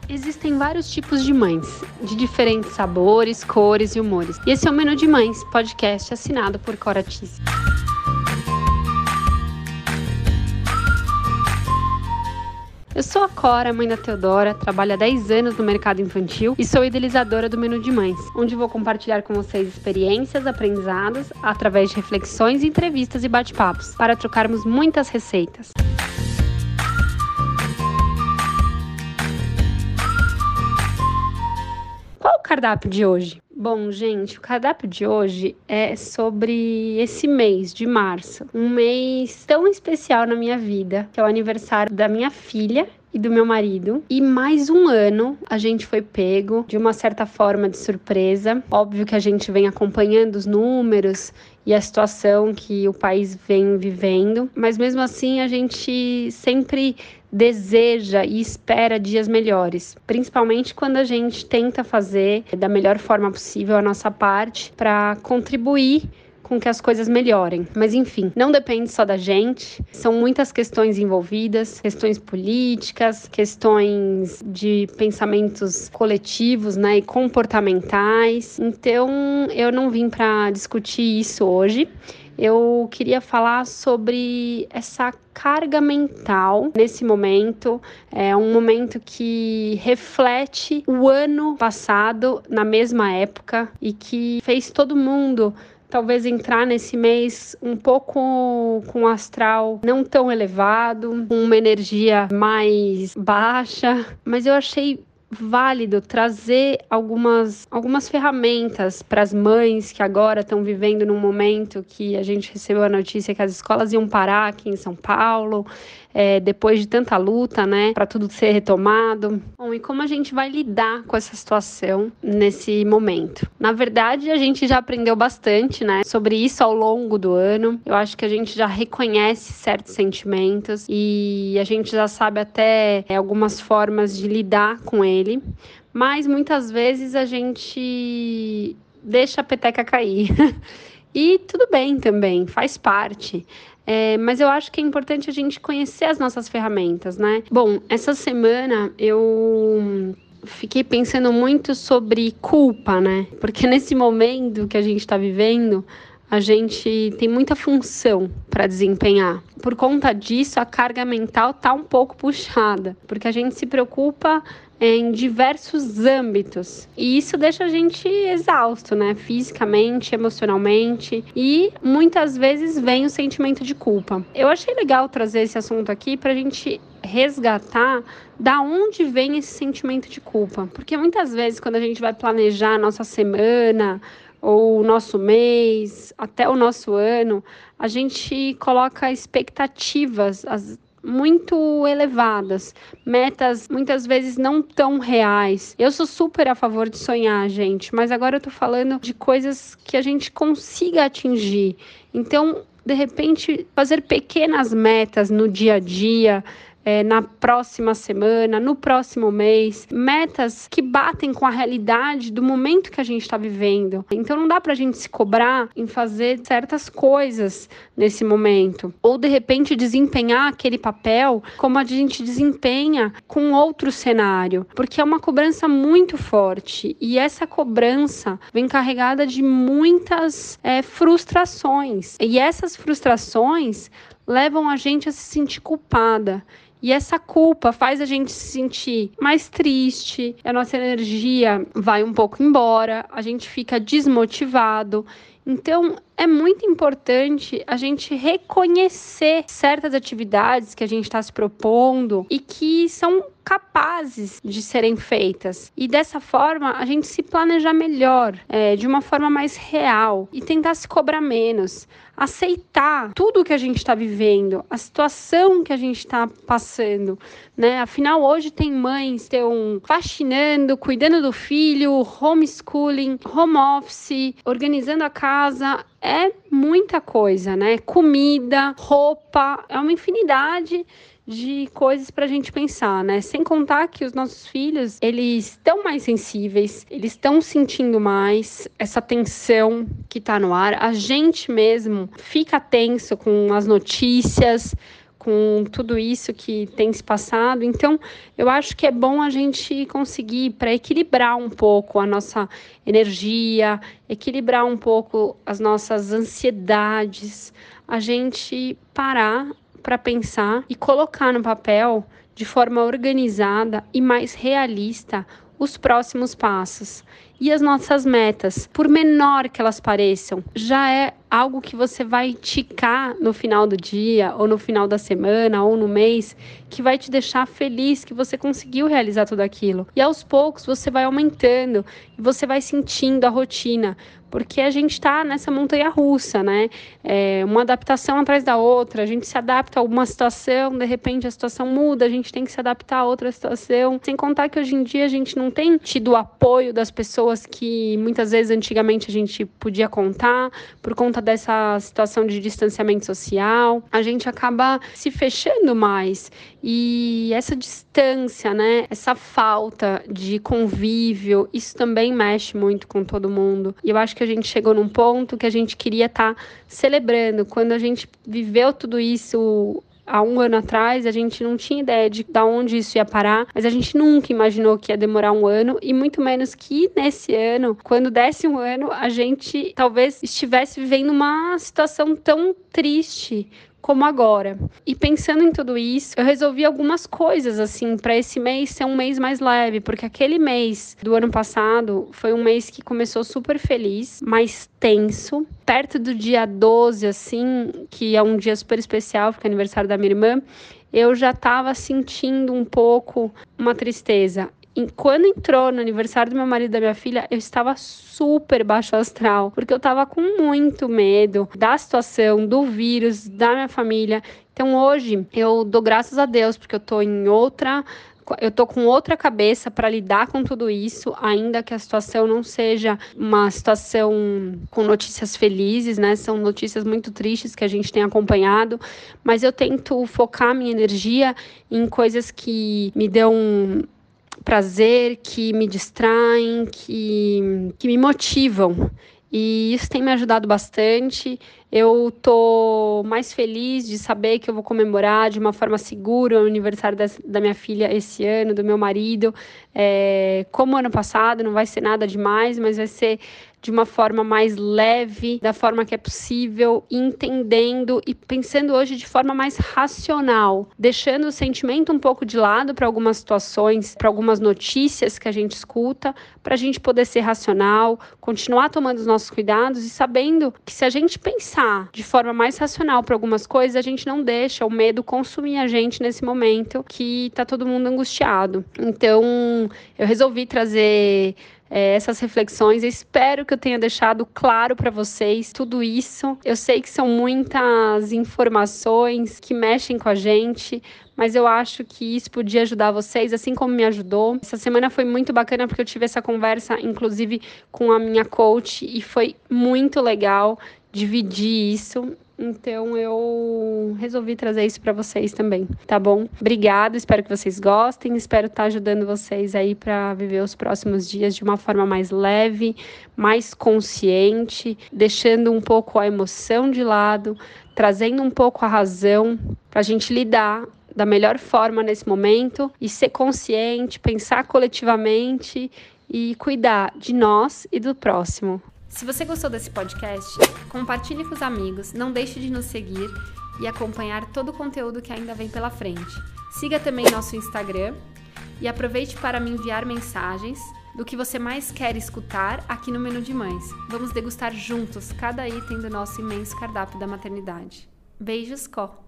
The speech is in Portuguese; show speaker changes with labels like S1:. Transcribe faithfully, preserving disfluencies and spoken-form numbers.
S1: Existem vários tipos de mães, de diferentes sabores, cores e humores. E esse é o Menu de Mães, podcast assinado por Cora Tisse. Eu sou a Cora, mãe da Teodora, trabalho há dez anos no mercado infantil e sou idealizadora do Menu de Mães, onde vou compartilhar com vocês experiências, aprendizados, através de reflexões, entrevistas e bate-papos, para trocarmos muitas receitas. Qual o cardápio de hoje? Bom, gente, o cardápio de hoje é sobre esse mês de março, um mês tão especial na minha vida, que é o aniversário da minha filha e do meu marido. E mais um ano a gente foi pego de uma certa forma de surpresa. Óbvio que a gente vem acompanhando os números e a situação que o país vem vivendo, mas mesmo assim a gente sempre deseja e espera dias melhores, principalmente quando a gente tenta fazer da melhor forma possível a nossa parte para contribuir com que as coisas melhorem. Mas enfim, não depende só da gente, são muitas questões envolvidas, questões políticas, questões de pensamentos coletivos, né, e comportamentais. Então, eu não vim para discutir isso hoje. Eu queria falar sobre essa carga mental nesse momento. É um momento que reflete o ano passado, na mesma época, e que fez todo mundo talvez entrar nesse mês um pouco com um astral não tão elevado, com uma energia mais baixa, mas eu achei válido trazer algumas, algumas ferramentas para as mães que agora estão vivendo num momento que a gente recebeu a notícia que as escolas iam parar aqui em São Paulo, é, depois de tanta luta, né, para tudo ser retomado. Bom, e como a gente vai lidar com essa situação nesse momento? Na verdade, a gente já aprendeu bastante, né, sobre isso ao longo do ano. Eu acho que a gente já reconhece certos sentimentos e a gente já sabe até é, algumas formas de lidar com ele, mas muitas vezes a gente deixa a peteca cair. E tudo bem também, faz parte. É, mas eu acho que é importante a gente conhecer as nossas ferramentas, né? Bom, essa semana eu fiquei pensando muito sobre culpa, né? Porque nesse momento que a gente está vivendo, a gente tem muita função para desempenhar. Por conta disso, a carga mental tá um pouco puxada, porque a gente se preocupa em diversos âmbitos. E isso deixa a gente exausto, né? Fisicamente, emocionalmente. E muitas vezes vem o sentimento de culpa. Eu achei legal trazer esse assunto aqui para a gente resgatar da onde vem esse sentimento de culpa. Porque muitas vezes, quando a gente vai planejar a nossa semana, ou o nosso mês, até o nosso ano, a gente coloca expectativas as, muito elevadas, metas muitas vezes não tão reais. Eu sou super a favor de sonhar, gente, mas agora eu tô falando de coisas que a gente consiga atingir. Então, de repente, fazer pequenas metas no dia a dia, É, na próxima semana, no próximo mês, metas que batem com a realidade do momento que a gente está vivendo. Então não dá pra gente se cobrar em fazer certas coisas nesse momento, ou de repente desempenhar aquele papel como a gente desempenha com outro cenário, porque é uma cobrança muito forte, e essa cobrança vem carregada de muitas é, frustrações, e essas frustrações levam a gente a se sentir culpada. E essa culpa faz a gente se sentir mais triste, a nossa energia vai um pouco embora, a gente fica desmotivado. Então, é muito importante a gente reconhecer certas atividades que a gente está se propondo e que são capazes de serem feitas. E dessa forma, a gente se planejar melhor, é, de uma forma mais real e tentar se cobrar menos. Aceitar tudo que a gente está vivendo, a situação que a gente está passando, né? Afinal, hoje tem mães que estão faxinando, cuidando do filho, homeschooling, home office, organizando a casa. É muita coisa, né? Comida, roupa, é uma infinidade de coisas para a gente pensar, né? Sem contar que os nossos filhos, eles estão mais sensíveis, eles estão sentindo mais essa tensão que está no ar. A gente mesmo fica tenso com as notícias, com tudo isso que tem se passado. Então, eu acho que é bom a gente conseguir, para equilibrar um pouco a nossa energia, equilibrar um pouco as nossas ansiedades, a gente parar para pensar e colocar no papel, de forma organizada e mais realista, os próximos passos e as nossas metas, por menor que elas pareçam, já é algo que você vai ticar no final do dia, ou no final da semana, ou no mês, que vai te deixar feliz que você conseguiu realizar tudo aquilo. E aos poucos você vai aumentando e você vai sentindo a rotina, porque a gente está nessa montanha russa, né? É uma adaptação atrás da outra, a gente se adapta a uma situação, de repente a situação muda, a gente tem que se adaptar a outra situação. Sem contar que hoje em dia a gente não tem tido o apoio das pessoas que muitas vezes antigamente a gente podia contar, por conta dessa situação de distanciamento social, a gente acaba se fechando mais. E essa distância, né, essa falta de convívio, isso também mexe muito com todo mundo. E eu acho que a gente chegou num ponto que a gente queria estar celebrando. Quando a gente viveu tudo isso há um ano atrás, a gente não tinha ideia de, de onde isso ia parar, mas a gente nunca imaginou que ia demorar um ano, e muito menos que nesse ano, quando desse um ano, a gente talvez estivesse vivendo uma situação tão triste como agora. E pensando em tudo isso, eu resolvi algumas coisas, assim, para esse mês ser um mês mais leve, porque aquele mês do ano passado foi um mês que começou super feliz, mais tenso. Perto do dia doze, assim, que é um dia super especial, porque é aniversário da minha irmã, eu já estava sentindo um pouco uma tristeza. E quando entrou no aniversário do meu marido e da minha filha, eu estava super baixo astral, porque eu estava com muito medo da situação, do vírus, da minha família. Então hoje eu dou graças a Deus, porque eu tô em outra... Eu tô com outra cabeça para lidar com tudo isso, ainda que a situação não seja uma situação com notícias felizes, né? São notícias muito tristes que a gente tem acompanhado, mas eu tento focar minha energia em coisas que me dão prazer, que me distraem, que, que me motivam. E isso tem me ajudado bastante. Eu tô mais feliz de saber que eu vou comemorar de uma forma segura o aniversário da, da minha filha esse ano, do meu marido. É, como ano passado, não vai ser nada demais, mas vai ser de uma forma mais leve, da forma que é possível, entendendo e pensando hoje de forma mais racional, deixando o sentimento um pouco de lado para algumas situações, para algumas notícias que a gente escuta, para a gente poder ser racional, continuar tomando os nossos cuidados e sabendo que se a gente pensar de forma mais racional para algumas coisas, a gente não deixa o medo consumir a gente nesse momento que tá todo mundo angustiado. Então, eu resolvi trazer É, essas reflexões. Eu espero que eu tenha deixado claro para vocês tudo isso. Eu sei que são muitas informações que mexem com a gente, mas eu acho que isso podia ajudar vocês, assim como me ajudou. Essa semana foi muito bacana porque eu tive essa conversa, inclusive, com a minha coach, e foi muito legal dividir isso. Então eu resolvi trazer isso para vocês também, tá bom? Obrigada, espero que vocês gostem, espero estar ajudando vocês aí para viver os próximos dias de uma forma mais leve, mais consciente, deixando um pouco a emoção de lado, trazendo um pouco a razão para a gente lidar da melhor forma nesse momento e ser consciente, pensar coletivamente e cuidar de nós e do próximo. Se você gostou desse podcast, compartilhe com os amigos, não deixe de nos seguir e acompanhar todo o conteúdo que ainda vem pela frente. Siga também nosso Instagram e aproveite para me enviar mensagens do que você mais quer escutar aqui no Menu de Mães. Vamos degustar juntos cada item do nosso imenso cardápio da maternidade. Beijos, Có!